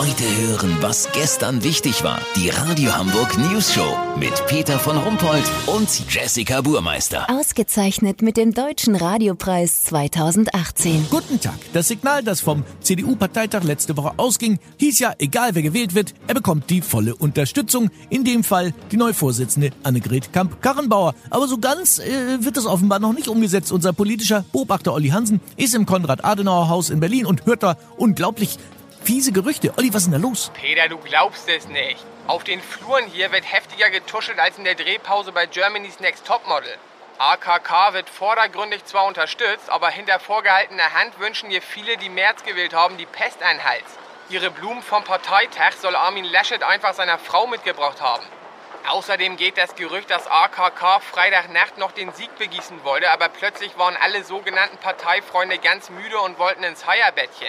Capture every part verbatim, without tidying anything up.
Heute hören, was gestern wichtig war. Die Radio Hamburg News Show mit Peter von Rumpold und Jessica Burmeister. Ausgezeichnet mit dem Deutschen Radiopreis zweitausendachtzehn. Guten Tag. Das Signal, das vom C D U-Parteitag letzte Woche ausging, hieß ja, egal wer gewählt wird, er bekommt die volle Unterstützung. In dem Fall die neue Vorsitzende Annegret Kramp-Karrenbauer. Aber so ganz äh, wird das offenbar noch nicht umgesetzt. Unser politischer Beobachter Olli Hansen ist im Konrad-Adenauer-Haus in Berlin und hört da unglaublich fiese Gerüchte. Olli, was ist denn da los? Peter, du glaubst es nicht. Auf den Fluren hier wird heftiger getuschelt als in der Drehpause bei Germany's Next Topmodel. A K K wird vordergründig zwar unterstützt, aber hinter vorgehaltener Hand wünschen ihr viele, die März gewählt haben, die Pest einen Hals. Ihre Blumen vom Parteitag soll Armin Laschet einfach seiner Frau mitgebracht haben. Außerdem geht das Gerücht, dass A K K Freitagnacht noch den Sieg begießen wollte, aber plötzlich waren alle sogenannten Parteifreunde ganz müde und wollten ins Heierbettchen.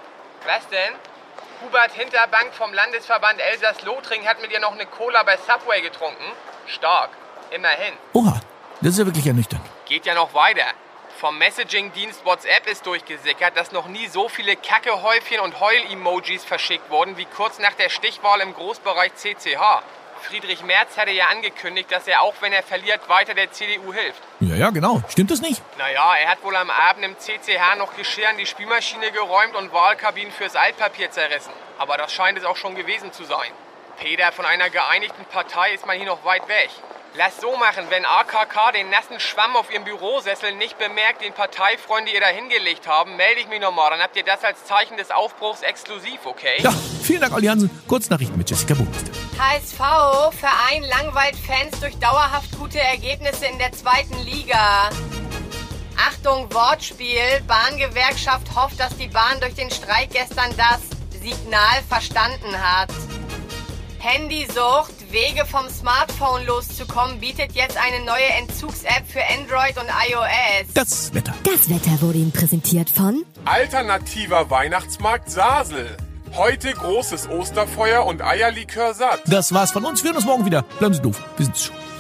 Was denn? Hubert Hinterbank vom Landesverband Elsass-Lothringen hat mit ihr noch eine Cola bei Subway getrunken. Stark. Immerhin. Oha, das ist ja wirklich ernüchternd. Geht ja noch weiter. Vom Messaging-Dienst WhatsApp ist durchgesickert, dass noch nie so viele Kackehäufchen und Heul-Emojis verschickt wurden wie kurz nach der Stichwahl im Großbereich C C H. Friedrich Merz hatte ja angekündigt, dass er, auch wenn er verliert, weiter der C D U hilft. Ja, ja, genau. Stimmt das nicht? Naja, er hat wohl am Abend im C C H noch Geschirr in die Spülmaschine geräumt und Wahlkabinen fürs Altpapier zerrissen. Aber das scheint es auch schon gewesen zu sein. Peter, von einer geeinigten Partei ist man hier noch weit weg. Lass so machen, wenn A K K den nassen Schwamm auf ihrem Bürosessel nicht bemerkt, den Parteifreunde ihr da hingelegt haben, melde ich mich nochmal. Dann habt ihr das als Zeichen des Aufbruchs exklusiv, okay? Ja, vielen Dank, Olli Hansen. Kurznachrichten mit Jessica Burmeister. H S V, Verein langweilt Fans durch dauerhaft gute Ergebnisse in der zweiten Liga. Achtung, Wortspiel. Bahngewerkschaft hofft, dass die Bahn durch den Streik gestern das Signal verstanden hat. Handysucht, Wege vom Smartphone loszukommen, bietet jetzt eine neue Entzugs-App für Android und iOS. Das Wetter. Das Wetter wurde Ihnen präsentiert von Alternativer Weihnachtsmarkt Sasel. Heute großes Osterfeuer und Eierlikör satt. Das war's von uns. Wir hören uns morgen wieder. Bleiben Sie doof. Wir sind's schon.